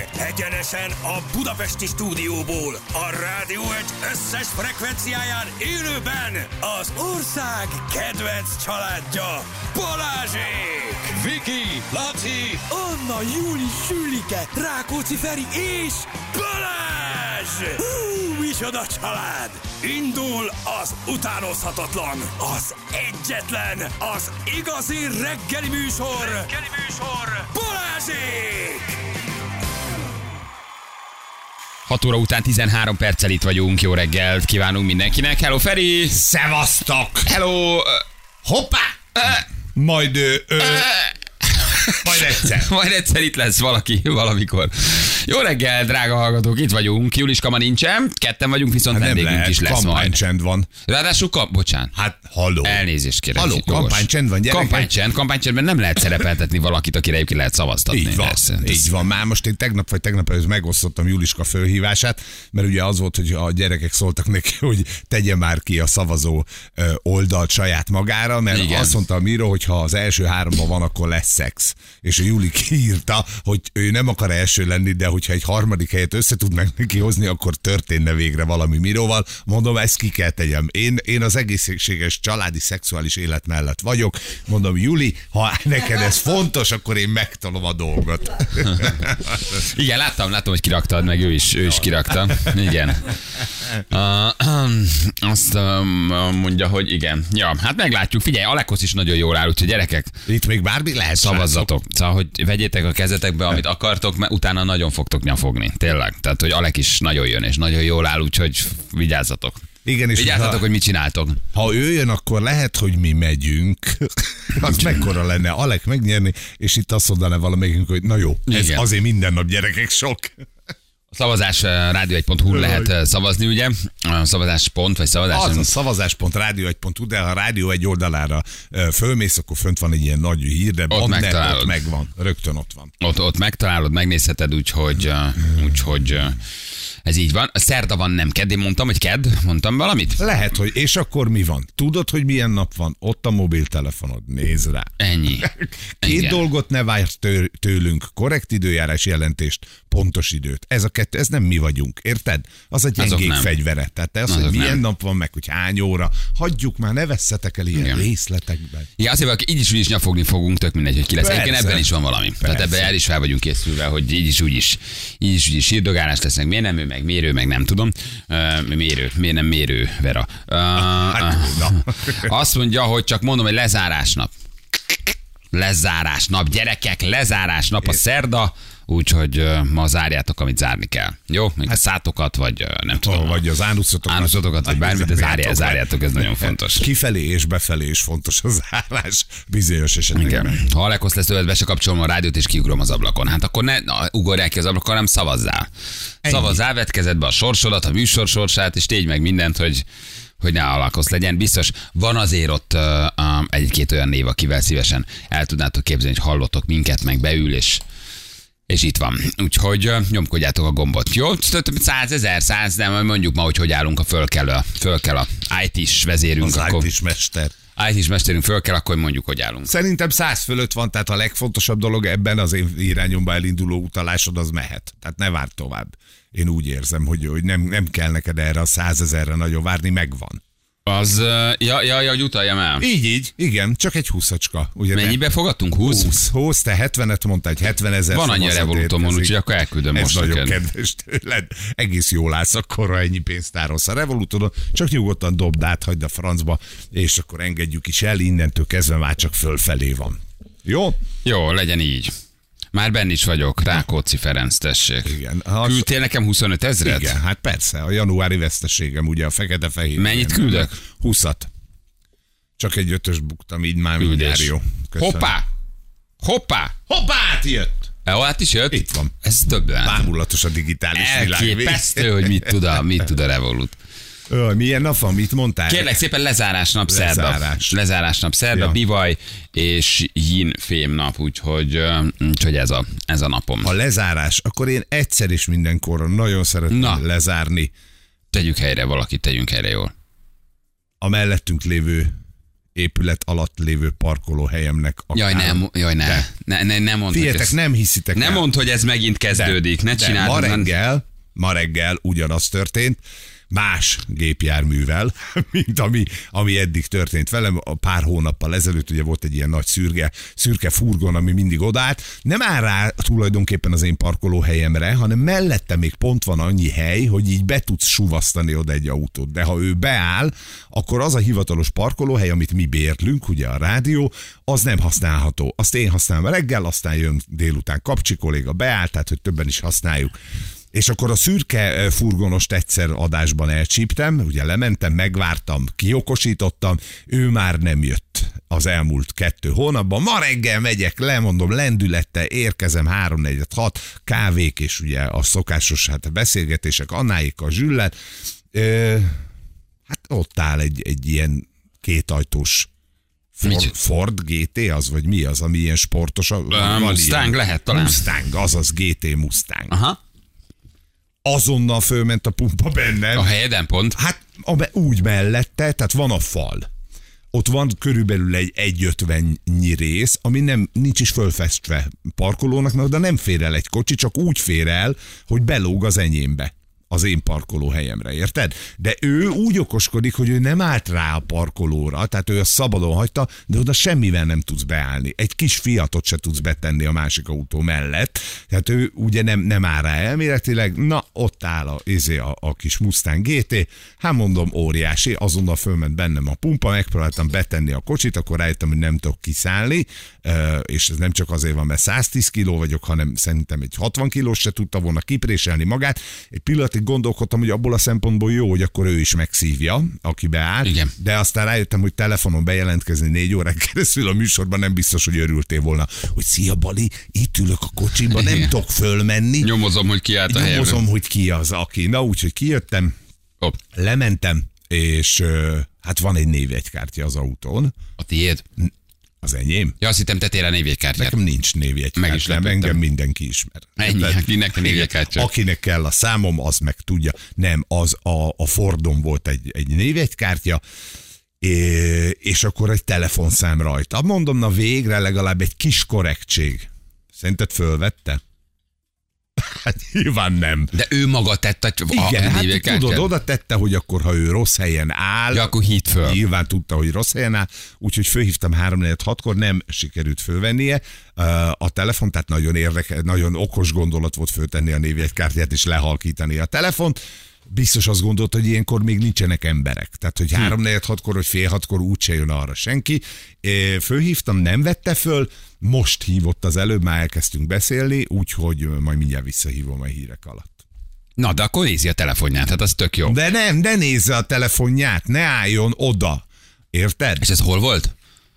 egyenesen a budapesti stúdióból, a rádió egy összes frekvenciáján élőben az ország kedvenc családja, Balázsék! Viki, Laci, Anna, Júli, Sülike, Rákóczi Feri és Balázs! Micsoda család! Indul az utánozhatatlan, az egyetlen, az igazi reggeli műsor, Balázsék! 6 óra után 13 perccel itt vagyunk, jó reggelt kívánunk mindenkinek. Hello Feri! Szevasztok! Hello! Hoppá! Majd egyszer. Majd egyszer itt lesz valaki, valamikor. Jó reggel, drága hallgatók, itt vagyunk. Juliska ma nincsen, ketten vagyunk, viszont Hát vendégünk is lesz majd. Kampánycsend van. Ráadásul bocsánat. Hát, halló. Elnézést kérek. Halló, Jogos. kampánycsend van, gyerekek. Kampánycsendben nem lehet szerepeltetni valakit, akire egyébként lehet szavaztatni. Így van, Persze. így van. Már most én tegnap előtt megosztottam Juliska fölhívását, mert ugye az volt, hogy a gyerekek szóltak neki, hogy tegye már ki a szavazó oldalt saját magára, mert igen. Azt mondta a Miro, hogy ha az első 3-ban van, akkor lesz szex. És a Juli kiírta, hogy ő nem akar első lenni, de hogyha egy harmadik helyet össze tudnánk neki hozni, akkor történne végre valami Miroval. Mondom, ezt ki kell tegyem. Én az egészséges családi szexuális élet mellett vagyok. Mondom, Juli, ha neked ez fontos, akkor én megtolom a dolgot. Igen, láttam, hogy kiraktad, meg ő is kirakta. Igen. Azt mondja, hogy igen. Ja, hát meglátjuk. Figyelj, Alekosz is nagyon jól áll, úgyhogy gyerekek. Itt még bármi lehet. Szavazzatok. Szóval, hogy vegyétek a kezetekbe, amit akartok, mert utána nagyon fogtok nyafogni. Tényleg. Tehát, hogy Alek is nagyon jön, és nagyon jól áll, úgyhogy vigyázzatok. Igen, és vigyázzatok, hogy mit csináltok. Ha ő jön, akkor lehet, hogy mi megyünk. Az mekkora lenne Alek megnyerni, és itt azt mondaná valamelyikünk, hogy na jó, ez igen. Azért minden nap gyerekek sok. A szavazás rádió1.hu lehet szavazni, ugye? A szavazáspont, vagy szavazás. Az a szavazás.rádió1.hu, de ha a Rádió egy oldalára fölmész, akkor fönt van egy ilyen nagy hír, de ott megvan, rögtön ott van. Ott megtalálod, megnézheted, úgyhogy ez így van. A szerda van, nem kedd. Én mondtam, hogy kedd? Mondtam valamit? Lehet, hogy és akkor mi van? Tudod, hogy milyen nap van? Ott a mobiltelefonod, nézd rá. Ennyi. Két Igen. dolgot ne várj tőlünk, korrekt időjárás jelentést, pontos időt. Ez a kettő, ez nem mi vagyunk, érted? Az a gyengék fegyvere. Tehát az, hogy milyen nap van, meg hogy hány óra, hagyjuk már, ne vesszetek el ilyen részletekben. Igen, azért, hogy így is nyafogni fogunk, tök mindegy, hogy ki lesz. Egyébként ebben is van valami. Persze. Tehát ebben el is fel vagyunk készülve, hogy így is úgy is sírdogálás lesznek. Miért nem ő, meg mérő, meg nem tudom. Miért nem mérő, Vera? Azt mondja, hogy csak mondom, hogy lezárásnap. Lezárásnap, gyerekek, lezárásnap a szerda, úgyhogy ma zárjátok, amit zárni kell. Jó? Még a szátokat, vagy nem tudom. Vagy az ánuszatokat, vagy bármit, de zárjátok, ez nagyon fontos. Kifelé és befelé is fontos a zárás bizonyos esetekben. Igen. Ha Alekosz lesz tőled, be se kapcsolom a rádiót, és kiugrom az ablakon. Hát akkor ne ugorjál ki az ablakon, hanem szavazzál. Szavazzál, vedd kezedbe a sorsodat, a műsor sorsát, és tégy meg mindent, hogy ne Alekosz legyen. Biztos van azért ott egy-két olyan név, akivel szívesen el tudnátok képzelni, hogy hallottok minket, meg beül, és itt van. Úgyhogy nyomkodjátok a gombot. Jó? 100 000, nem mondjuk ma, hogy állunk, a föl kell a IT-s vezérünk. Az IT-s mester. IT-s mesterünk föl kell, akkor mondjuk, hogy állunk. Szerintem 100 fölött van, tehát a legfontosabb dolog ebben az én irányomba elinduló utalásod, az mehet. Tehát ne várd tovább. Én úgy érzem, hogy nem kell neked erre a 100 000-re nagyon várni, megvan. Az, hogy utaljam el. Így, igen, csak egy 20-acska. Ugye mennyibe fogadtunk? 20, te 70-et mondtál, egy 70 000. Van annyi a Revolutomon, úgyhogy akkor elküldöm most neked. Ez neked. nagyon kedves tőled. Egész jól állsz akkor, ha ennyi pénzt tárolsz a Revolutonon. Csak nyugodtan dobd át, hagyd a francba, és akkor engedjük is el, innentől kezdve már csak fölfelé van. Jó? Jó, legyen így. Már benn is vagyok, Rákóczi Ferenc, tessék. Igen. Küldtél nekem 25 000? Igen, hát persze, a januári veszteségem, ugye a fekete-fehér. Mennyit küldök? 20-at. Csak egy 5-ös buktam, így már mindjárt jó. Köszönöm. Hoppá! Átjött! Hát is jött? Itt van. Ez többen. Bámulatos a digitális világ. Elképesztő, hogy mit tud a Revolut. Milyen nap van, mit mondtál? Kérlek szépen, lezárásnap szerda. Lezárásnap szerda, ja. Bivaj és yin fém nap, úgyhogy ez a napom. A lezárás, akkor én egyszer is mindenkorra nagyon szeretném lezárni. Tegyünk helyre jól. A mellettünk lévő épület alatt lévő parkolóhelyemnek a nem mondd. Figyeljetek, nem hiszitek nem el. mondd, hogy ez megint kezdődik. Ne csináld. Ma reggel ugyanaz történt, más gépjárművel, mint ami eddig történt velem. A pár hónappal ezelőtt ugye volt egy ilyen nagy szürke furgon, ami mindig odállt. Nem áll rá tulajdonképpen az én parkolóhelyemre, hanem mellette még pont van annyi hely, hogy így be tudsz suvasztani oda egy autót. De ha ő beáll, akkor az a hivatalos parkolóhely, amit mi bérlünk, ugye a rádió, az nem használható. Azt én használom reggel, aztán jön délután Kapcsi kolléga beáll, tehát hogy többen is használjuk. És akkor a szürke furgonost egyszer adásban elcsíptem, ugye lementem, megvártam, kiokosítottam, ő már nem jött az elmúlt 2 hónapban. Ma reggel megyek, lemondom, lendülettel érkezem 3-4-6, kávék és ugye a szokásos beszélgetések Annáékkal, Zsüllel. Hát ott áll egy ilyen kétajtós Ford GT az, vagy mi az, ami ilyen sportos? Mustang lehet talán. Mustang, azaz GT Mustang. Aha. Azonnal fölment a pumpa bennem. A helyeden pont? Hát úgy mellette, tehát van a fal. Ott van körülbelül egy 1,50-nyi rész, ami nincs is fölfestve parkolónak, de nem fér el egy kocsi, csak úgy fér el, hogy belóg az enyémbe. Az én parkolóhelyemre, érted? De ő úgy okoskodik, hogy ő nem állt rá a parkolóra, tehát ő azt szabadon hagyta, de oda semmivel nem tudsz beállni. Egy kis Fiatot se tudsz betenni a másik autó mellett, tehát ő ugye nem áll rá elméletileg, na ott áll a kis Mustang GT, hát mondom óriási, azonnal fölment bennem a pumpa, megpróbáltam betenni a kocsit, akkor rájöttem, hogy nem tudok kiszállni, és ez nem csak azért van, mert 110 kiló vagyok, hanem szerintem egy 60 kilós se tudta volna kipréselni magát. Egy pillanatig gondolkodtam, hogy abból a szempontból jó, hogy akkor ő is megszívja, aki beállt. Igen. De aztán rájöttem, hogy telefonon bejelentkezni 4 órán keresztül a műsorban nem biztos, hogy örültél volna, hogy szia Bali, itt ülök a kocsiba, nem tudok fölmenni. Nyomozom, hogy ki állt a helyemre. Nyomozom, hogy ki az, aki. Na úgyhogy kijöttem, lementem, és hát van egy névjegykártya az autón. A tiéd? Az enyém? Ja, azt hittem, te tél a névjegykártyát. Nekem nincs névjegykártyám, engem mindenki ismer. Ennyi, akinek a névjegykártya. Akinek kell a számom, az meg tudja. Nem, az a Fordon volt egy névjegykártya, és akkor egy telefonszám rajta. Mondom, na végre legalább egy kis korrektség. Szerinted fölvette? Hát nyilván nem. De ő maga tette igen, hát tudod, oda tette, hogy akkor, ha ő rossz helyen áll, ja, akkor hívd föl. Nyilván tudta, hogy rossz helyen áll, úgyhogy fölhívtam 3-4-6-kor, nem sikerült fölvennie a telefon, tehát nagyon okos gondolat volt föltenni a névjegykártyát és lehalkítani a telefont. Biztos azt gondolt, hogy ilyenkor még nincsenek emberek. Tehát, hogy 3-4-6-kor, vagy fél 6-kor úgyse jön arra senki. Fölhívtam, nem vette föl, most hívott az előbb, már elkezdtünk beszélni, úgyhogy majd mindjárt visszahívom a hírek alatt. Na, de akkor nézi a telefonját, hát az tök jó. De nézze a telefonját, ne álljon oda. Érted? És ez hol volt?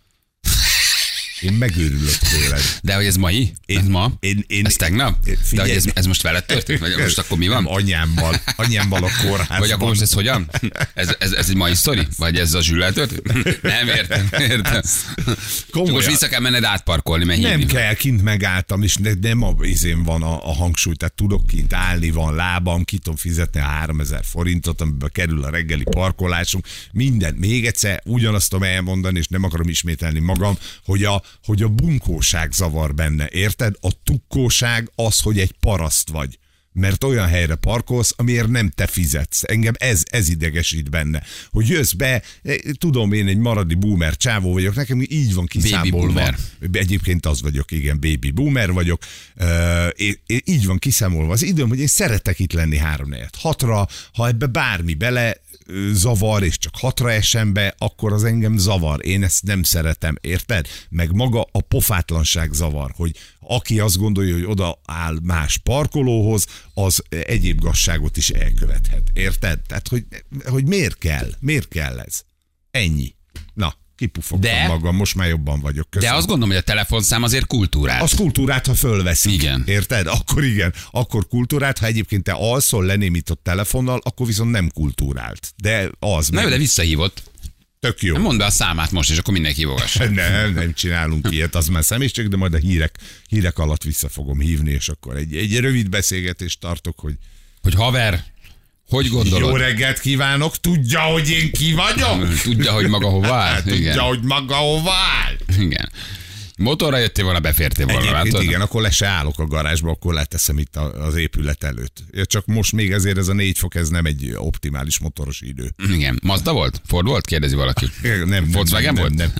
Én megőrülök tőled. De hogy ez mai? Ez ma? Ez tegnap? De hogy ez most veled történt? Vagy most akkor mi van? Nem, anyámmal a kórházban. Vagy akkor most ez hogyan? Ez egy mai sztori? Vagy ez a Zsüllel történt? Nem, értem. Komolyan. Most vissza kell menned átparkolni, mert nem kell, kint megálltam, és nem a izén van a hangsúly, tehát tudok kint állni, van lábam, ki tudom fizetni a 3000 forintot, amiben kerül a reggeli parkolásunk, minden. Még egyszer ugyanazt tudom elmondani, és nem akarom ismételni magam, hogy a bunkóság zavar benne, érted? A tukkóság az, hogy egy paraszt vagy. Mert olyan helyre parkolsz, amiért nem te fizetsz. Engem ez idegesít benne. Hogy jössz be, tudom, én egy maradi boomer csávó vagyok, nekem így van kiszámolva. Egyébként az vagyok, igen, baby boomer vagyok. Így van kiszámolva az időm, hogy én szeretek itt lenni 3-4-6-ra, ha ebbe bármi bele zavar, és csak 6-ra esem be, akkor az engem zavar. Én ezt nem szeretem, érted? Meg maga a pofátlanság zavar, hogy aki azt gondolja, hogy oda áll más parkolóhoz, az egyéb gazságot is elkövethet. Érted? Tehát, hogy miért kell? Miért kell ez? Ennyi. Na, kipufogtam magam, most már jobban vagyok. Köszönöm. De azt gondolom, hogy a telefonszám azért kultúrát. Az kultúrát, ha fölveszik. Igen. Érted? Akkor igen. Akkor kultúrát, ha egyébként te alszol lenémított telefonnal, akkor viszont nem kultúrált. De az na jó, de visszahívott. Tök jó. Mondd be a számát most, és akkor mindenki hívogassa. Nem csinálunk ilyet, az már személyiség, de majd a hírek alatt vissza fogom hívni, és akkor egy rövid beszélgetést tartok, hogy haver, Hogy gondolod? Jó reggelt kívánok, tudja, hogy én ki vagyok? Tudja, hogy maga hova áll? Tudja, hogy maga hova áll? Igen. Motorra jöttél volna, befértél volna. Egyébként látod? igen, akkor le se állok a garázsba, akkor leteszem itt az épület előtt. Csak most még ezért ez a 4 fok, ez nem egy optimális motoros idő. Igen. Mazda volt? Ford volt? Kérdezi valaki. Nem, Volkswagen volt? Nem.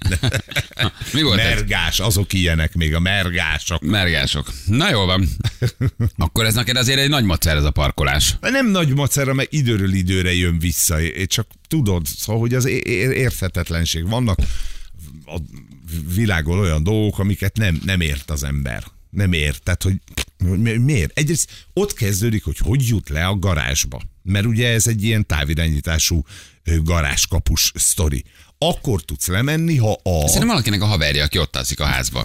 Mi volt ez? Mergás, azok ilyenek még, a mergások. Mergások. Na jól van. Akkor ez neked azért egy nagy macer ez a parkolás. Nem nagy macera, mert időről időre jön vissza. Csak tudod, szóval, hogy az érthetetlenség. Vannak a világon olyan dolgok, amiket nem ért az ember. Nem ért. Tehát, hogy miért? Egyrészt ott kezdődik, hogy jut le a garázsba. Mert ugye ez egy ilyen távirányítású garázskapus sztori. Akkor tudsz lemenni, ha Szerintem valakinek a haverja, aki ott alszik a házba.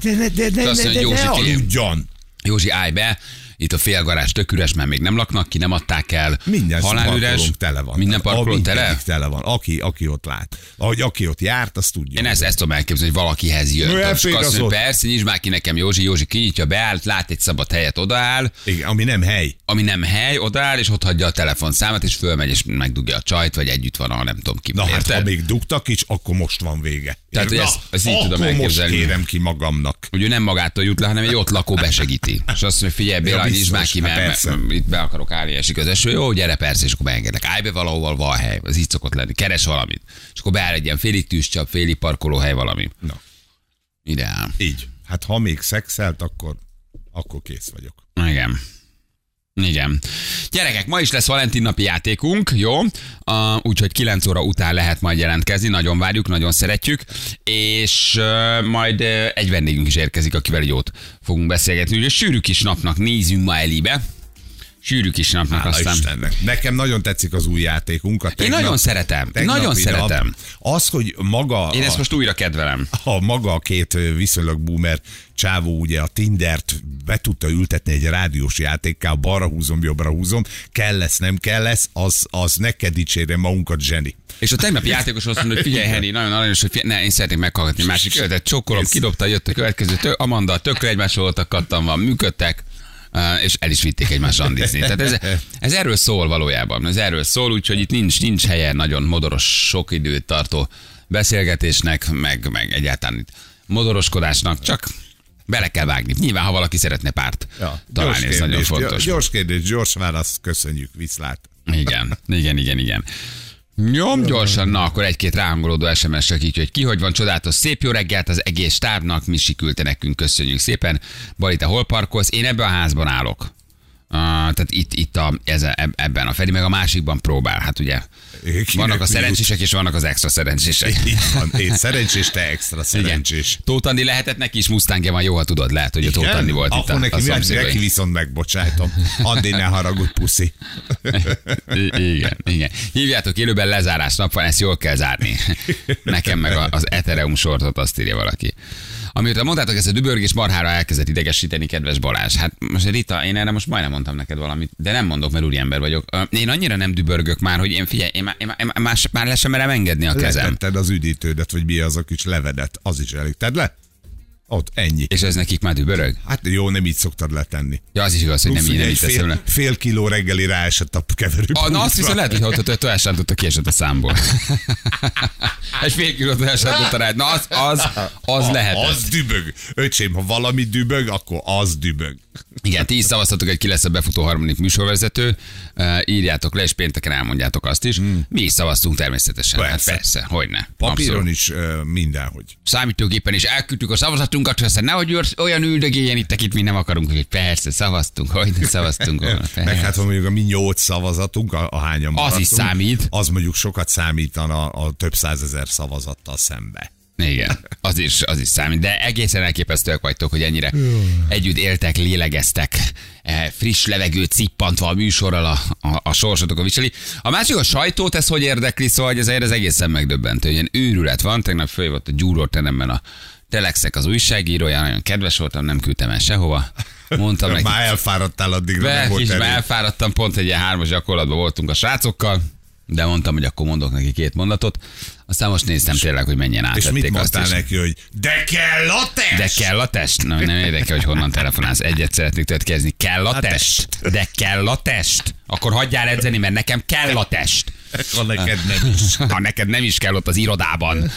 De aludjon! Józsi, állj be, itt a félgarázs tök üres, mert még nem laknak ki, nem adták el. Minden halálüres, parkolónk tele van. Minden parkoló tele? Tele van. Aki ott lát. Aki ott járt, azt tudja. Én ezt tudom elképzelni, hogy valakihez jön. Azt mondja, ott. persze, nyisd már ki nekem Józsi kinyitja, beáll, lát egy szabad helyet, odaáll. Igen, ami nem hely. Ami nem hely, odaáll, és ott hagyja a telefonszámot, és fölmegy, és megdugja a csajt, vagy együtt van, nem tudom ki. Na hát, ha még dugtak is, akkor most van vége. Tehát, hogy ezt így tudom elképzelni. Most kérem ki magamnak. Hogy ő nem magától jut le, hanem egy ott lakó besegíti. És azt mondja, figyelj, Béla, nyisd már ki, mert itt be akarok állni, esik az eső. Jó, gyere, persze, és akkor beengedek. Állj be valahol, van hely. Az így szokott lenni. Keres valamit. És akkor beáll egy ilyen félig tűzcsap, félig parkolóhely valami. Na. Ideál. Így. Hát ha még szexelt, akkor kész vagyok. Igen. Igen. Gyerekek, ma is lesz Valentin napi játékunk, jó? Úgyhogy 9 óra után lehet majd jelentkezni, nagyon várjuk, nagyon szeretjük, és majd egy vendégünk is érkezik, akivel jót fogunk beszélgetni. Ugye sűrű kis napnak nézünk ma elébe. Sűrű kis napnak, aztán... Istennek. Nekem nagyon tetszik az új játékunk. Én nagyon szeretem. Nagyon szeretem. Az, hogy maga... Én ezt most újra kedvelem. Maga a két viszonylag boomer csávó ugye a Tindert be tudta ültetni egy rádiós játékká, balra húzom, jobbra húzom, kell lesz, nem kell lesz, az neked dicsérjen magunkat, zseni. És a tegnapi játékos azt mondta, hogy figyelj, Henny, nagyon aranyos, hogy én szeretnék meghallgatni másik ötletet, csokkolom, kidobta, jött a következő, Amanda, tökre egymásról voltak, kattan van, működtek, és el is vitték egymást randizni. Tehát ez erről szól valójában. Ez erről szól, úgyhogy itt nincs helye nagyon modoros, sok időt tartó beszélgetésnek, meg egyáltalán itt modoroskodásnak, csak bele kell vágni. Nyilván, ha valaki szeretne párt találni, ez nagyon fontos. Gyors kérdés, gyors válasz, köszönjük, viszlát. Igen. Nyom gyorsan, na akkor egy-két ráhangolódó SMS-sel így, hogy ki hogy van, csodálatos, szép jó reggelt az egész stábnak, Misi küldte nekünk, köszönjük szépen. Bali, te hol parkolsz? Én ebben a házban állok. Tehát itt ebben a Feri meg a másikban próbál, hát ugye vannak a szerencsések és vannak az extra szerencsések. Így van, én szerencsés, te extra szerencsés. Tóth Andi lehetett neki is Mustangja van, jó, ha tudod, lehet, hogy a Tóth Andi volt akkor itt a szomszédai. neki viszont megbocsájtom. Andi, ne haragudj, puszi. Igen. Hívjátok, élőben lezárás nap van, ezt jól kell zárni. Nekem meg az Ethereum sortot, azt írja valaki. Amióta mondtátok, ezt a dübörgés marhára elkezdett idegesíteni, kedves Balázs. Hát most Rita, én erre most majdnem mondtam neked valamit, de nem mondok, mert úriember vagyok. Én annyira nem dübörgök már, hogy én figyelj, én már le sem merem engedni a kezem. Letetted az üdítődet, vagy mi az a kis levedet, az is elég. Tedd le? Ott, ennyi. És ez nekik már dübörög? Hát jó, nem így szoktad letenni. Ja, az is igaz, hogy nem így teszem le. Fél kiló reggeli ráesett a keverőpultra. Na azt viszont lehet, hogy ott a tojásrántotta kiesett a számból. Egy fél kiló tojásrántotta rád. Na az lehetett. Az dübög. Öcsém, ha valami dübög, akkor az dübög. Igen, ti is szavaztatok, hogy ki lesz a befutó harmadik műsorvezető. Írjátok le, és pénteken elmondjátok azt is. Mi is szavaztunk természetesen. Persze, hogyne. Papíron is mindenhogy. Számítógépen is elküldtük a szavazatunkat, aztán nehogy olyan üldögéljen itt mi nem akarunk, hogy persze szavaztunk, hogyne szavaztunk volna. Meg hát mondjuk a mi 8 szavazatunk, a hányan maradtunk. Az is számít. Az mondjuk sokat számítana a több százezer szavazattal szembe. Igen, az is számít, de egészen elképesztőek vagytok, hogy ennyire együtt éltek, lélegeztek, friss levegő cippantva a műsorral a sorsotokon viseli. A másik a sajtót, ez hogy érdekli, szóval ez egészen megdöbbentő, ilyen őrület van, tegnap följött a Gyúró teremben a Telexek az újságírója, nagyon kedves voltam, nem küldtem el sehova. Mondtam neki. Már elfáradtál addigra. Már elfáradtam, pont egy ilyen 3-as gyakorlatban voltunk a srácokkal. de mondtam, hogy akkor mondok neki 2 mondatot. Aztán most néztem tényleg, hogy mennyien átvették. És mit mondtál neki, hogy de kell a test? De kell a test? Nem érdekel, hogy honnan telefonálsz. Egyet szeretnék tőled kérdezni. Kell a test? De kell a test? Akkor hagyjál edzeni, mert nekem kell a test. Ha neked nem is. Ha neked nem is kell ott az irodában.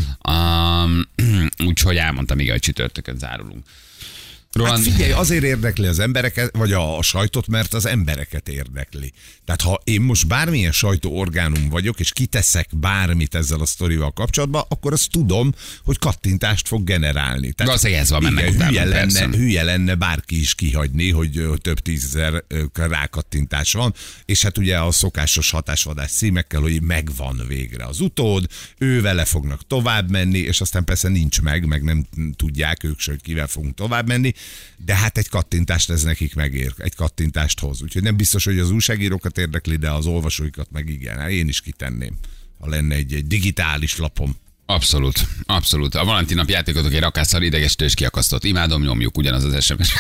Úgyhogy elmondtam, igen, hogy csütörtökön zárulunk. Hát figyelj, azért érdekli az embereket, vagy a sajtot, mert az embereket érdekli. Tehát ha én most bármilyen sajtóorgánum vagyok, és kiteszek bármit ezzel a sztorival kapcsolatban, akkor azt tudom, hogy kattintást fog generálni. Valószínűleg ez van, mennek utána. Hülye lenne bárki is kihagyni, hogy több 10 000 rákattintás van, és hát ugye a szokásos hatásvadász címekkel, hogy megvan végre az utód, ő vele fognak tovább menni, és aztán persze nincs meg nem tudják ők se, hogy kivel fogunk tovább menni, de hát egy kattintást ez nekik megér, egy kattintást hoz. Úgyhogy nem biztos, hogy az újságírókat érdekli, de az olvasóikat meg igen. Hát én is kitenném, ha lenne egy digitális lapom. Abszolút, abszolút. A Valentin nap játékotok egy rakásszal idegesítő és kiakasztott. Imádom, nyomjuk ugyanaz az SMS.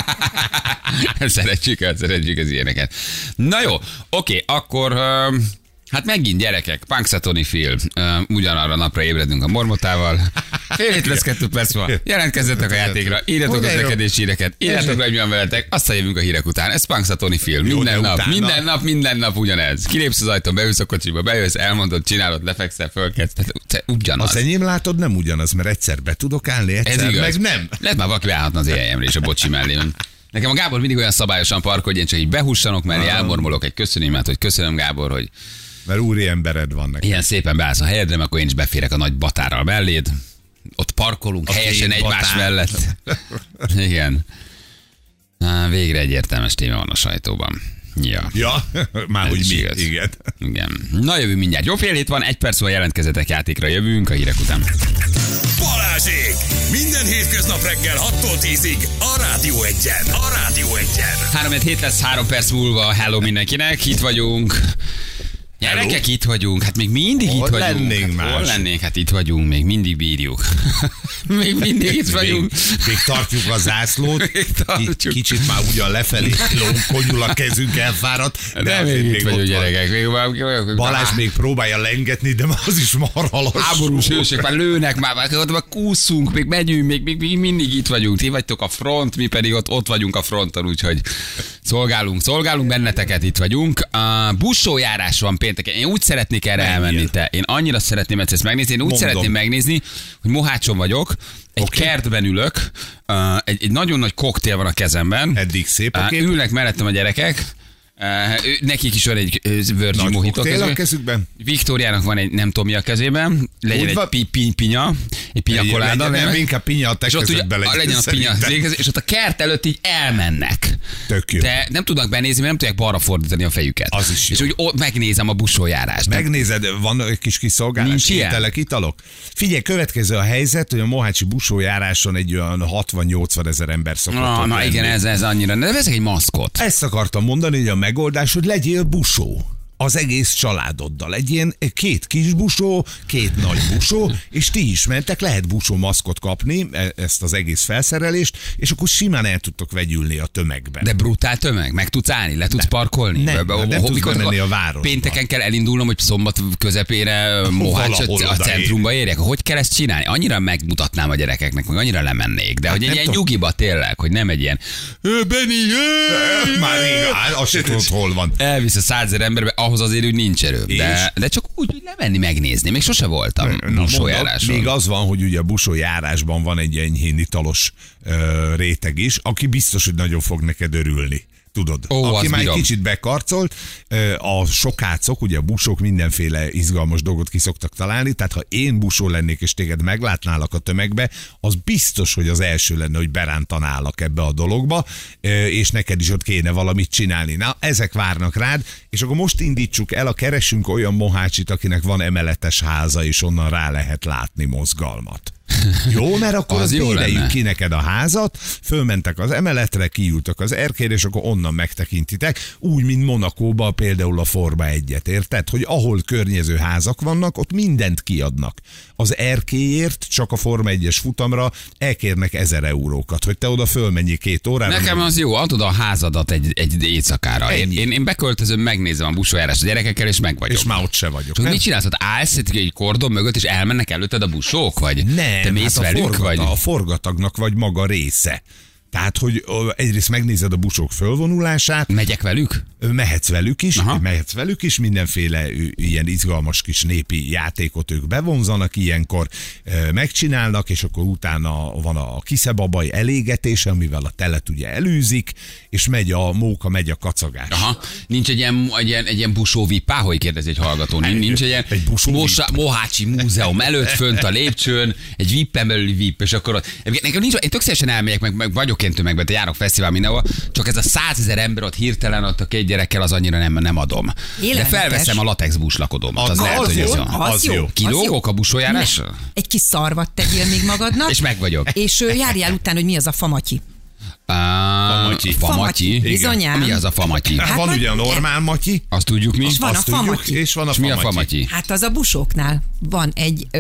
Szeretjük az ilyeneket. Na jó, oké, akkor... Hát megint gyerekek, Punxsutawney Phil, ugyanarra napra ébredünk a Mormotával. Fél hét lesz 2 perc van. Jelentkezzetek a játékra, írjatok az rekedés híreket, írjatok le, hogy mi van veletek, aztán jövünk a hírek után. Ez Punxsutawney Phil. Minden nap ugyanez. Kilépsz az ajtón, beülsz a kocsiba, bejössz, elmondod, csinálod, lefekszel, fölkedsz. Tehát ugyanaz. Az enyém látod nem ugyanaz, mert egyszer be tudok állni, egyszer meg nem. Lehet már valaki beállhatna az éjjelmre és a bocsi mellé. Nekem a Gábor mindig olyan szabályosan parkol, hogy én csak így behussanok mellé, elmormolok egy köszönémet, hogy köszönöm Gábor, hogy mert úri embered van neked. Ilyen szépen beállsz a helyedre, mert akkor én is beférek a nagy batárral melléd. Ott parkolunk a helyesen egymás mellett. Igen. Végre egy értelmes téma van a sajtóban. Ja, már hogy mi? Igaz. Igen. Na jövünk mindjárt. Jó, fél hét van, 1 perc van, jelentkezzetek játékra, jövünk a hírek után. Balázsék! Minden hétköznap reggel 6-tól 10-ig a Rádió 1-en. A Rádió 1-en. 3-7 lesz 3 perc múlva. Hello mindenkinek, itt vagyunk. Gyerekek, itt vagyunk, hát még mindig itt vagyunk. Hol lennénk, hát itt vagyunk, még mindig bírjuk. Még mindig itt vagyunk. Még tartjuk a zászlót, kicsit már ugyan lefelé konyul a kezünk, elfáradt. De még itt vagyunk, gyerekek. Balázs még próbálja lengetni, de az is marha lassú. Háborús hősök, már lőnek, már kúszunk, még megyünk, még mindig itt vagyunk. Ti vagytok a front, mi pedig ott vagyunk a fronton, úgyhogy szolgálunk benneteket, itt vagyunk. A buszójárás van pénteken. Én úgy szeretnék erre elmenni, te. Én annyira szeretném ezt megnézni. Én úgy szeretném megnézni, hogy Mohácson vagyok, egy kertben ülök, egy nagyon nagy koktél van a kezemben. Eddig szép a kép. Ülnek mellettem a gyerekek. Nekik is van egy Virgin Mojito a kezükben. Viktóriának van egy nem tudom mi a kezében. Legyen egy pinya koláda. Nem, inkább pinya a te kezedben legyen a pinya, és ott a kert előtt így elmennek. Tök jó. De nem tudnak benézni, mert nem tudják balra fordítani a fejüket. Az is jó. És úgy ott megnézem a buszójárást. Megnézed, van egy kis kiszolgálás? Nincs ételek, italok? Figyelj, következő a helyzet, hogy a mohácsi buszójáráson egy olyan 60-80 ezer ember szokott. Na igen, ez annyira. De ezek egy maszkot. Ezt akartam mondani, hogy a megoldás, hogy legyél busó az egész családoddal. Egy ilyen 2 kis busó, 2 nagy busó, és ti is mentek, lehet busó maszkot kapni, ezt az egész felszerelést, és akkor simán el tudtok vegyülni a tömegben. De brutál tömeg? Meg tudsz állni? Le tudsz parkolni? Nem tudsz bemenni a városba. Pénteken kell elindulnom, hogy szombat közepére Mohács a centrumba érjek. Hogy kell ezt csinálni? Annyira megmutatnám a gyerekeknek, meg annyira lemennék. De hogy egy ilyen nyugiba tényleg, hogy nem egy ilyen Benni, már rég, azt sem tudod, hol van. Elvisz a 100 000 emberbe, ahhoz azért úgy nincs erő. De csak úgy, hogy lemenni, megnézni. Még sose voltam busójáráson. Még az van, hogy ugye a busójárásban van egy enyhén italos réteg is, aki biztos, hogy nagyon fog neked örülni. Tudod, aki már egy kicsit bekarcolt, a sokácok, ugye a busók mindenféle izgalmas dolgot ki szoktak találni, tehát ha én busó lennék és téged meglátnálak a tömegbe, az biztos, hogy az első lenne, hogy berántanálak ebbe a dologba, és neked is ott kéne valamit csinálni. Na, ezek várnak rád, és akkor most indítsuk el, keresünk olyan mohácsit, akinek van emeletes háza, és onnan rá lehet látni mozgalmat. Jó, mert akkor Az az jó béreljük lenne. ki neked a házat, fölmentek az emeletre, kiültök az erkére, és akkor onnan megtekintitek, úgy, mint Monakóban például a Forma 1-et, érted? Hogy ahol környező házak vannak, ott mindent kiadnak. Az erkélyért csak a Forma 1-es futamra elkérnek 1000 eurókat, hogy te oda fölmenjél 2 órára. Nekem az jó, adod a házadat egy éjszakára. Én beköltözöm, megnézem a busójárás a gyerekekkel, és meg vagyok. És már ott se vagyok. Csak nem? mit csinálsz? Állsz egy kordon mögött, és elmennek előtted a busók? Vagy Nem, te mész hát velük? Vagy? a forgatagnak vagy maga része. Tehát, hogy egyrészt megnézed a busók fölvonulását, Megyek velük? mehetsz velük is, mindenféle ilyen izgalmas kis népi játékot ők bevonzanak, ilyenkor megcsinálnak, és akkor utána van a kiszebabaj elégetése, amivel a telet ugye elűzik, és megy a kacagás. Aha. Nincs egy ilyen busó vipá, hogy kérdezi egy hallgató. Nincs egy ilyen Egy busó Mohácsi múzeum előtt fönt a lépcsőn, egy vippen belüli vip, és akkor ott. Nekem nincs, én tök szívesen elmegyek, meg vagyok én tömegben, te járok fesztivál mindenhol, csak ez a 100 000 ember ott hirtelen ott a 2 gyerekkel az annyira nem adom. De Élelmetes. felveszem a latex buslakodómat. Az lehet, hogy ez jó. Az jó. Kilógok a busójárásra? Egy kis szarvat tegyél még magadnak. És meg vagyok. És járjál után, hogy mi az a famatyi. Famatyi. Bizonyám. Mi az a famatyi? Hát van vagy- ugye a normál matyi, Azt tudjuk mi? És van azt a tudjuk, famatyi. és van a És mi a famatyi. famatyi? Hát az a busóknál van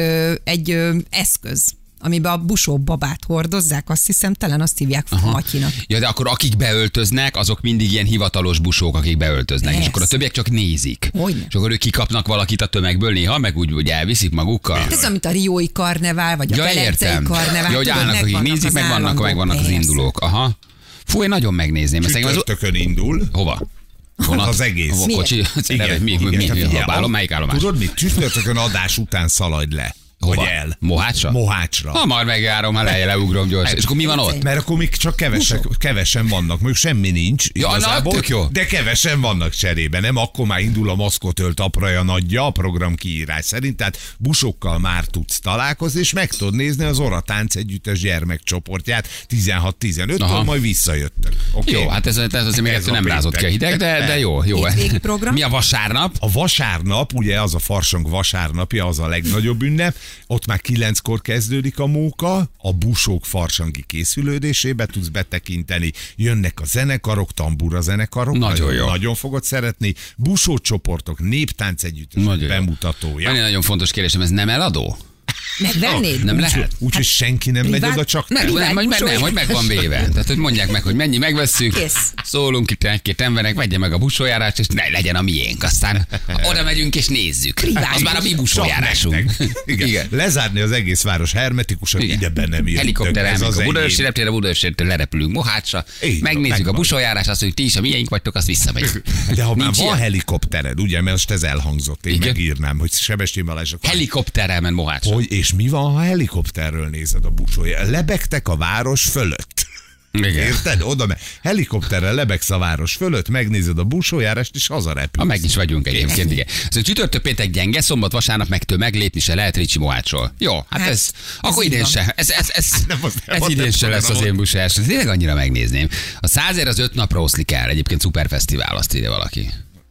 egy eszköz, amiben a busó babát hordozzák, azt hiszem, talán azt hívják famatyinak. Ja, de akkor akik beöltöznek, azok mindig ilyen hivatalos busók, akik beöltöznek. És Persze. akkor a többiek csak nézik. Hogyne. És akkor ők kikapnak valakit a tömegből néha, meg úgy elviszik magukkal. Hát ez, amit a riói karnevál, vagy a Ja, velencei értem. karnevál. Ja, hogy tudod, állnak, akik megvannak nézik, az meg állandók. vannak az Persze. indulók. Aha. Fú, én nagyon megnézném. Ezt engem az... Csütörtökön indul. Hova? Vonat? Az egész. Hova? Kocsi? Mi? te figyelj, Melyik állomás? Tudod mit? Csütörtökön adás után szaladj le. Hova? Vagy el. Mohácsra? Mohácsra. Hamar megjárom, ha leugrom gyorsan. És akkor mi van ott? Mert akkor még csak kevesen vannak, még semmi nincs Ja, na, igazából, tök jó. de kevesen vannak cserébe, nem? Akkor már indul a maszkotölt apraja nagyja a program kiírás szerint, tehát busokkal már tudsz találkozni, és meg tudod nézni az Oratánc együttes gyermekcsoportját 16-15-től, Aha. majd visszajöttök. Okay? Jó, hát ez azért még Ez ettől a nem rázott ki a hideg, de jó. Hétvégi program. Mi a vasárnap? A vasárnap, ugye az a farsang vasárnapja, az a legnagyobb ünnep, ott már 9-kor kezdődik a móka, a busók farsangi készülődésébe tudsz betekinteni, jönnek a zenekarok, tambura zenekarok, Nagyon jó. nagyon fogod szeretni, busócsoportok, néptánc együttes Nagyon jó. bemutatója. Van egy nagyon fontos kérdésem, ez nem eladó? Megvennéd? Nem lehet? Úgyhogy senki nem megy privát- oda, csak Nem, te. nem, hogy meg van véve. Tehát, hogy mondják meg, hogy mennyi megvesszük, Kész. szólunk itt egy-két embernek, vegye meg a busójárást, és ne legyen a miénk. Aztán oda megyünk és nézzük. Privát. Az már a mi Csak busójárásunk. nektek. Igen. Lezárni az egész város hermetikusan, ide be nem jön. Helikopter Ez elmegy az a enyém. Budaörsi reptére, Budaörsiről lerepülünk Mohácsra, Így van, megnézzük a megvan. busójárást, azt mondjuk, ti is a miénk vagytok, azt visszamegyünk. De ha már Nincs van ilyen. helikoptered, ugye, mert most ez elhangzott, én Igen. megírnám, hogy Sebestyén Balázs akkor Helikopterrel ment Mohácsra. hogy, és mi van, ha helikopterről nézed a busóját? Lebegtek a város fölött. Igen. Érted? Oda helikopterrel lebegsz a város fölött, megnézed a busójárást, és hazarepülsz. Ha meg is vagyunk egyébként, igen. Szóval csütörtök, péntek gyenge, szombat, vasárnap meg tömeg, lépni se lehet Ricsi Mohácsról. Jó, hát Hát, ez akkor így idén van. se. Ez Nem, az nem, ez az idén nem se lesz az tudom. én busás. Ez tényleg annyira megnézném. A 100 000 az 5 napra oszlik el. Egyébként szuperfesztivál, azt írja valaki.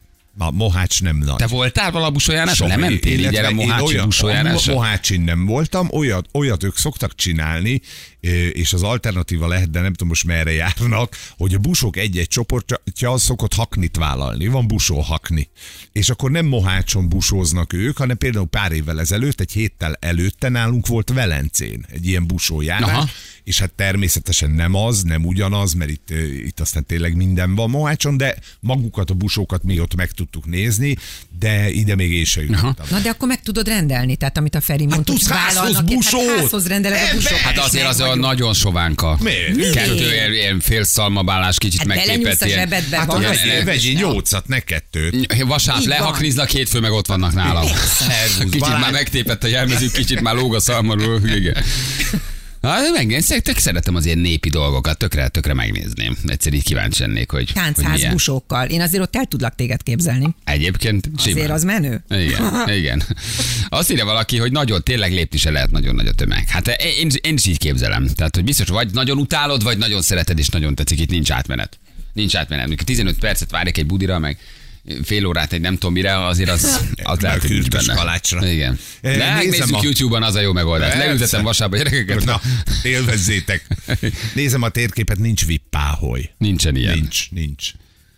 A Mohács nem nagy. Te voltál vala busójáráson? Nem mentél így Illetve erre a én Mohácsi olyan- busójárásra? Mohácsin nem voltam, olyat ők szoktak csinálni, és az alternatíva lehet, de nem tudom most merre járnak, hogy a busók egy-egy csoportja az szokott haknit vállalni. Van busó hakni. És akkor nem Mohácson busóznak ők, hanem például pár évvel ezelőtt, egy héttel előtte nálunk volt Velencén egy ilyen busójárás, Aha. és hát természetesen nem az, nem ugyanaz, mert itt aztán tényleg minden van Mohácson, de magukat a busókat mi ott meg tudtuk nézni, de ide még én se jutottam. Na de akkor meg tudod rendelni, tehát amit a Feri mondta, tudsz hogy házhoz vállalnak, busót? Hát házhoz rendeled a busót. Hát azért az olyan nagyon sovánka. Miért? Kettő ilyen fél szalmabálás, kicsit Hát megtépett belenyúlsz a ilyen. zsebedbe, Hát van. vegyél 8-at, ne 2-t. Vasárnap Így van. lehakniznak, hétfő meg ott vannak nálam. Kicsit Balázs. már megtépett a jelmezük, kicsit már lóg a szalmarul. Igen. Tök szeretem az ilyen népi dolgokat, tökre megnézném. Egyszer így kíváncsi lennék, hogy Táncház milyen. busókkal. Én azért ott el tudlak téged képzelni. Egyébként Azért simán. az menő. Igen. Azt írja valaki, hogy nagyon, tényleg lépni se lehet, nagyon nagy a tömeg. Hát én is így képzelem. Tehát, hogy biztos, vagy nagyon utálod, vagy nagyon szereted, és nagyon tetszik, itt nincs átmenet. Nincs átmenet. Mikor 15 percet várják egy budira, meg fél órát egy nem tudom mire, azért az lehet, hogy nincs Kürtös benne. kalácsra. Igen. De nézzük YouTube-on, az a jó megoldás. Persze. Leültetem vasárba gyerekeket. Na, élvezzétek. Nézem a térképet, nincs vippáholy. Nincsen ilyen. Nincs.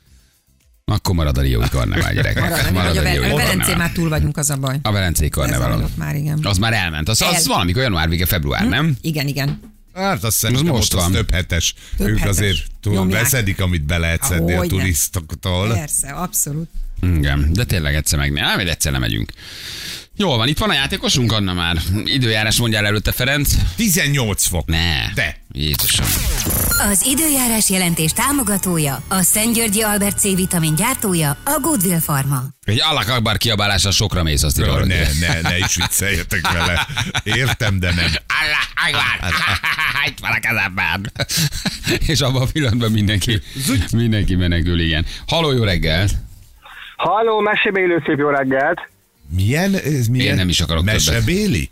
Akkor marad a Riói karnevál, gyerekek. Marad A a Riói Velencén karnevál. már túl vagyunk, az a baj. A Velencei karnevál. Lezajlott már, igen. Az már elment. Az valamikor január vége, február, nem? Igen. Hát azt szerintem most ott az van. több hetes. Több Ők hetes. azért Nyomják. beszedik, amit be lehet szedni a Hogyne. turistoktól. Persze, abszolút. Igen, de tényleg egyszer meg egyszer nem megyünk. Jól van, itt van a játékosunk, Anna már. Időjárás mondjál előtte, Ferenc. 18 fok. Ne. De. Jézusom. Az időjárás jelentés támogatója, a Szentgyörgyi Albert C-vitamin gyártója, a Goodwill Pharma. Egy Allah Akbar kiabálással sokra mész, azt írod. Ne is vicceljetek vele. Értem, de nem. Allah Akbar. Itt van a kezemben. És abban a pillanatban mindenki menekül, igen. Halló, jó reggelt. Halló, mesébe élő szép jó reggelt. Milyen? Én nem is akarok többet. Mesebéli?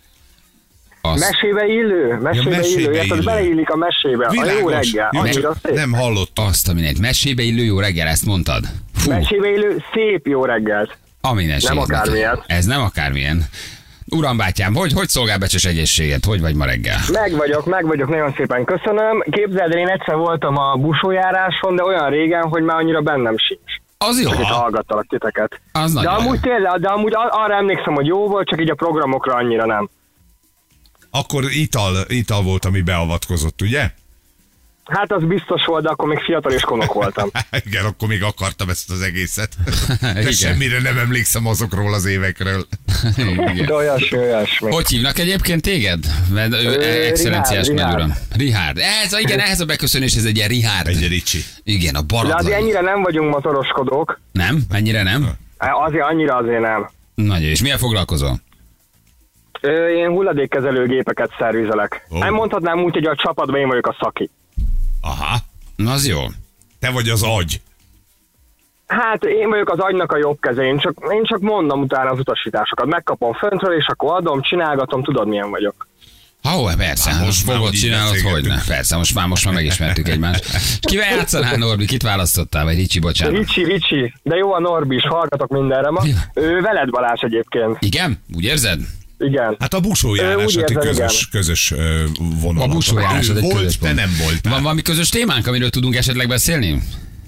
Mesébe illő, mesébe ez illő. beleillik a mesébe. A jó reggel, Jó, annyira csak szép. nem hallottam. Azt a mindegy. Mesébe illő jó reggel, ezt mondtad? Fú, Mesébe élő szép jó reggelt. a mindenséged. Nem akármilyen. Ez nem akármilyen. Uram bátyám, hogy szolgál Becses egészséget? Hogy vagy ma reggel? Meg vagyok, nagyon szépen köszönöm. Képzeld, én egyszer voltam a busójáráson, de olyan régen, hogy már annyira bennem sincs. Az jó. Itt hallgattalak titeket. Az De nagyon amúgy tényleg, arra emlékszem, hogy jó volt, csak így a programokra annyira nem. Akkor ital volt, ami beavatkozott, ugye? Hát az biztos volt, de akkor még fiatal és konok voltam. Igen, akkor még akartam ezt az egészet. De Igen. semmire nem emlékszem azokról az évekről. Igen. De olyasmi. Hogy hívnak egyébként téged? Mert excellenciás Richard. nagy uram. Richard. Ehhez a beköszönés, ez egy ilyen Richard. Egy Ricsi. Igen, a De azért baratlan. ennyire nem vagyunk motoroskodók. Nem? Mennyire nem? Azért annyira azért nem. Nagyon. És milyen foglalkozol? Én hulladékkezelő gépeket szervizelek. Ó. Nem mondhatnám úgy, hogy a csapatban én vagyok a szaki. Aha. Na, az jó. Te vagy az agy. Hát én vagyok az agynak a jobb keze, én csak mondom utána az utasításokat. Megkapom föntről, és akkor adom, csinálgatom, tudod milyen vagyok. Persze, Már most már fogod, úgy csinálod, beszélgetünk. hogy ne. Persze, most már megismertük egymást. Kivel játszanál, Norbi? Kit választottál? Vagy Ricsi, bocsánat. Ricsi, de jó a Norbi is, hallgatok mindenre ma. Ő veled Balázs egyébként. Igen? Úgy érzed? Igen. Hát a busójárás, Úgy a ti érzem, közös vonal. A busójárás az egy volt, közös te pont. nem voltál. Van valami közös témánk, amiről tudunk esetleg beszélni?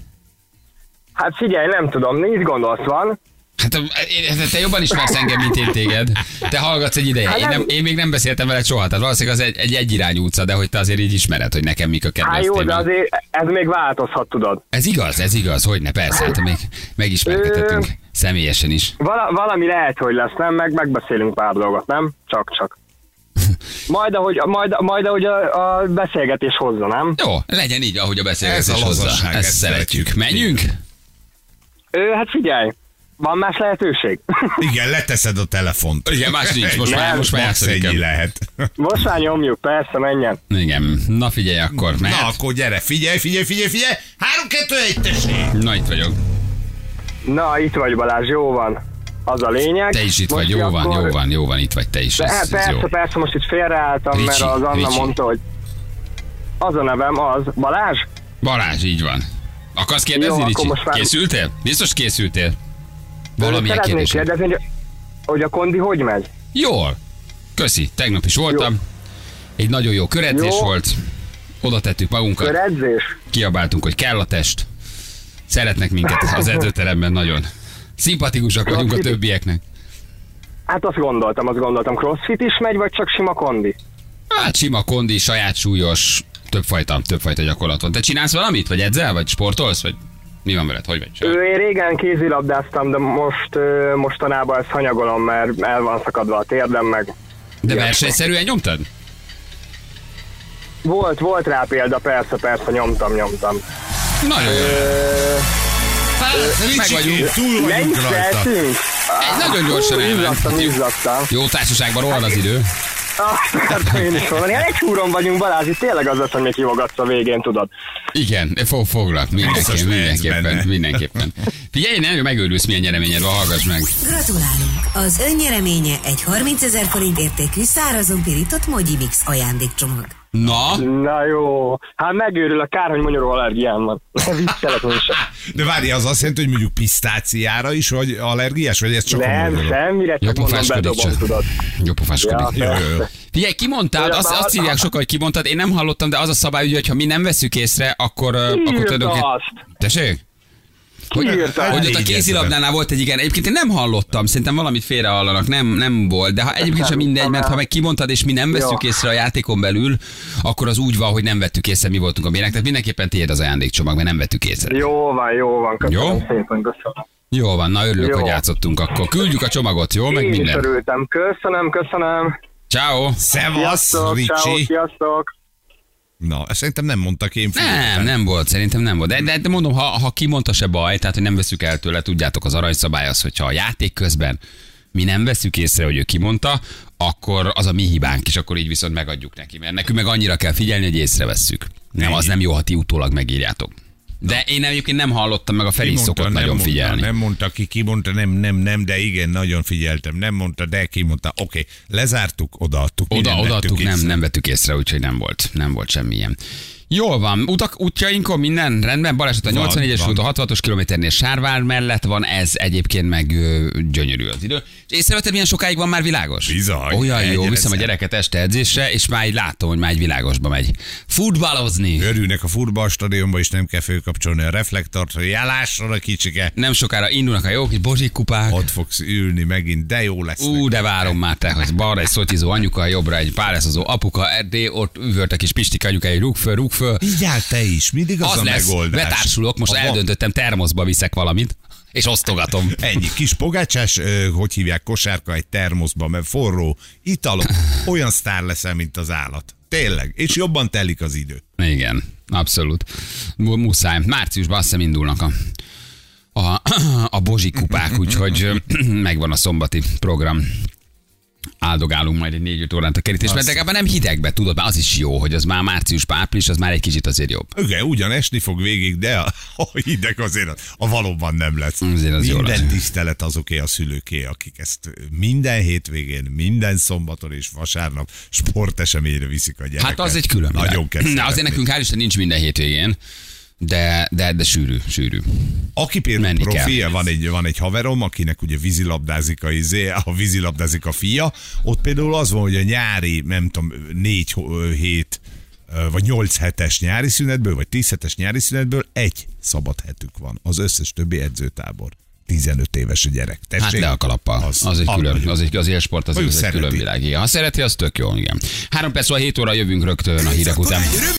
Hát figyelj, nem tudom, mit gondolsz, van? Hát te jobban ismersz engem, mint én téged. Te hallgatsz egy ideje. Hát Én még nem beszéltem veled soha. Tehát valószínűleg az egy egyirányú utca, de hogy te azért így ismered, hogy nekem mik a kedvenc Hát jó, de témák. azért ez még változhat, tudod. Ez igaz, hogyne, persze, hát még megismerkedhetünk személyesen is. Valami lehet, hogy lesz, nem? Megbeszélünk pár dolgot, nem? Csak. Majd ahogy a beszélgetés hozza, nem? Jó, legyen így, ahogy a beszélgetés Ez a hozzá. lazaság, Ezt ezt szeretjük. szeretjük. Menjünk? Hát figyelj, van más lehetőség? Igen, leteszed a telefont. Igen, más nincs, most már Max játszani ennyi kell. lehet. Most már nyomjuk, persze, menjen. Igen, na figyelj akkor, Na, mehet? akkor gyere, figyelj! 3, 2, 1, tessék! Na, itt vagyok. Na, itt vagy Balázs, jó van. Az a lényeg. Te is itt Most vagy, jó akkor- van, itt vagy te is. Ez jó. Persze, most itt félreálltam, mert Ricsi, az Anna Ricsi. mondta, hogy az a nevem, az Balázs? Balázs, így van. Akarsz kérdezni, Jó, akkor Ricsi? most már- Készültél? Biztos készültél? Valamilyen Szeretnék kérdés. kérdezni, hogy a kondi hogy megy? Jól. Köszi, tegnap is voltam. Egy nagyon jó köredzés Jó. volt. Oda tettük magunkat, Köredzés? kiabáltunk, hogy kell a test. Szeretnek minket az edzőteremben nagyon. Szimpatikusak vagyunk a többieknek. Hát azt gondoltam. Crossfit is megy, vagy csak sima kondi? Hát sima kondi, saját súlyos, többfajta gyakorlat van. Te csinálsz valamit? Vagy edzel? Vagy sportolsz? Vagy mi van veled? Hogy vagy? Én régen kézilabdáztam, de mostanában ezt hanyagolom, mert el van szakadva a térdem meg. De versenyszerűen nyomtad? Volt rá példa, persze, nyomtam. Nagyon jó. Hát, meg vagyunk. Túl Ne vagyunk is rajta. vehetünk? Ez nagyon gyorsan elment. Izzadtam. Jó társaságban rohan az idő. Azt én is mondani. Hát egy húron vagyunk, Balázs, itt tényleg az lesz, hogy még hívogatsz a végén, tudod. Igen, foglak. Biztos lehetsz benne. Mindenképpen. Figyelj, nem, megőrülsz, milyen nyereményed van, hallgass meg. Gratulálunk! Az önnyereménye egy 30 000 forint értékű szárazon pirított Mogyi Mix ajándékcsomag. Na? Na jó, hát megőrül a kár, hogy magyarul allergiám van. Viccelek nincs. De várj, az azt jelenti, hogy mondjuk pisztáciára is vagy allergiás, vagy ez csak a Nem, magyarul? semmire, csak mondom, bedobom, tudod. Jó pofáskodik. Ja, Figyelj, kimondtad, azt írják sokan, hogy kimondtad, én nem hallottam, de az a szabály, hogy ha mi nem veszük észre, akkor tulajdonképpen... azt. Tessék? Hogy ott a kézilabdánál volt egy igen, egyébként én nem hallottam, szerintem valamit félre hallanak, nem volt, de ha egyébként sem mindegy, mert ha meg kimondtad, és mi nem vesszük észre a játékon belül, akkor az úgy van, hogy nem vettük észre, mi voltunk a bérek, tehát mindenképpen tiéd az ajándékcsomag, mert nem vettük észre. Jó van, köszönöm Jó? szépen, köszönöm. Jó van, na örülök, hogy játszottunk akkor. Küldjük a csomagot, jó? Meg Én is minden. örültem, köszönöm. Ciao. Szevasz, Ciao, Ricsi. sziasztok. Na, szerintem nem mondtak én Nem volt, szerintem nem volt. De mondom, ha kimondta, se baj, tehát hogy nem veszük el tőle, tudjátok, az aranyszabály az, hogyha a játék közben mi nem veszük észre, hogy ő kimondta, akkor az a mi hibánk, és akkor így viszont megadjuk neki. Mert nekünk meg annyira kell figyelni, hogy észrevesszük. Nem, az nem jó, ha ti utólag megírjátok. De én egyébként nem hallottam, meg a Feri szokott nagyon figyelni. Nem mondta ki mondta, nem, de igen, nagyon figyeltem. Nem mondta, de ki mondta. Oké, lezártuk, odaadtuk. Odaadtuk, nem vettük észre, úgyhogy nem volt semmilyen. Jól van, útjainkon minden rendben, baleset a 84-es út, a 66-os kilométernél Sárvár mellett van, ez egyébként meg gyönyörű az idő. És észrevetted, milyen sokáig van már világos? Bizony. Olyan jó, viszem a gyereket este edzésre, és már így látom, hogy már egy világosba megy. Futballozni. Örülnek a futballstadionba, és nem kell fölkapcsolni a reflektort, hogy jálásson a kicsike. Nem sokára indulnak a jó kis bozsikkupák. Ott fogsz ülni megint, de jó lesz. De várom már te, hogy balra egy szotyizó anyuka, jobbra egy páreszozó apuka, ott üvölt a kis Pistika anyuka, egy rúg föl. Így áll te is, mindig az a lesz, megoldás. betársulok, most eldöntöttem, termoszba viszek valamit, és osztogatom. Ennyi kis pogácsás, hogy hívják, kosárka egy termoszba, mert forró italok, olyan sztár leszel, mint az állat. Tényleg, és jobban telik az idő. Igen, abszolút. Muszáj. Márciusban azt hiszem indulnak a bozsikupák, úgyhogy megvan a szombati program. Áldogálunk majd egy 4-5 órát a kerítésben, de legalább nem hidegbe, tudod, már az is jó, hogy az már márciusban, április, az már egy kicsit azért jobb. Igen, ugyan esni fog végig, de a hideg azért a valóban nem lesz. Azért az minden tisztelet azoké a szülőké, akik ezt minden hétvégén, minden szombaton és vasárnap sporteseményre viszik a gyereket. Hát az egy külön. Nagyon kell. Azért nekünk hál' Isten nincs minden hétvégén. De sűrű. Aki például profia, van egy haverom, akinek ugye vízilabdázik vízilabdázik a fia, ott például az van, hogy a nyári, nem tudom, 4 hét vagy 8 hetes nyári szünetből, vagy 10 hetes nyári szünetből egy szabad hetük van. Az összes többi edzőtábor. 15 éves a gyerek. Tessék? Hát le a kalappal. Az egy külön, az élsport, az egy külön világ. Ha szereti, az tök jó, igen. 3 perc, 7 óra jövünk rögtön a hírek után.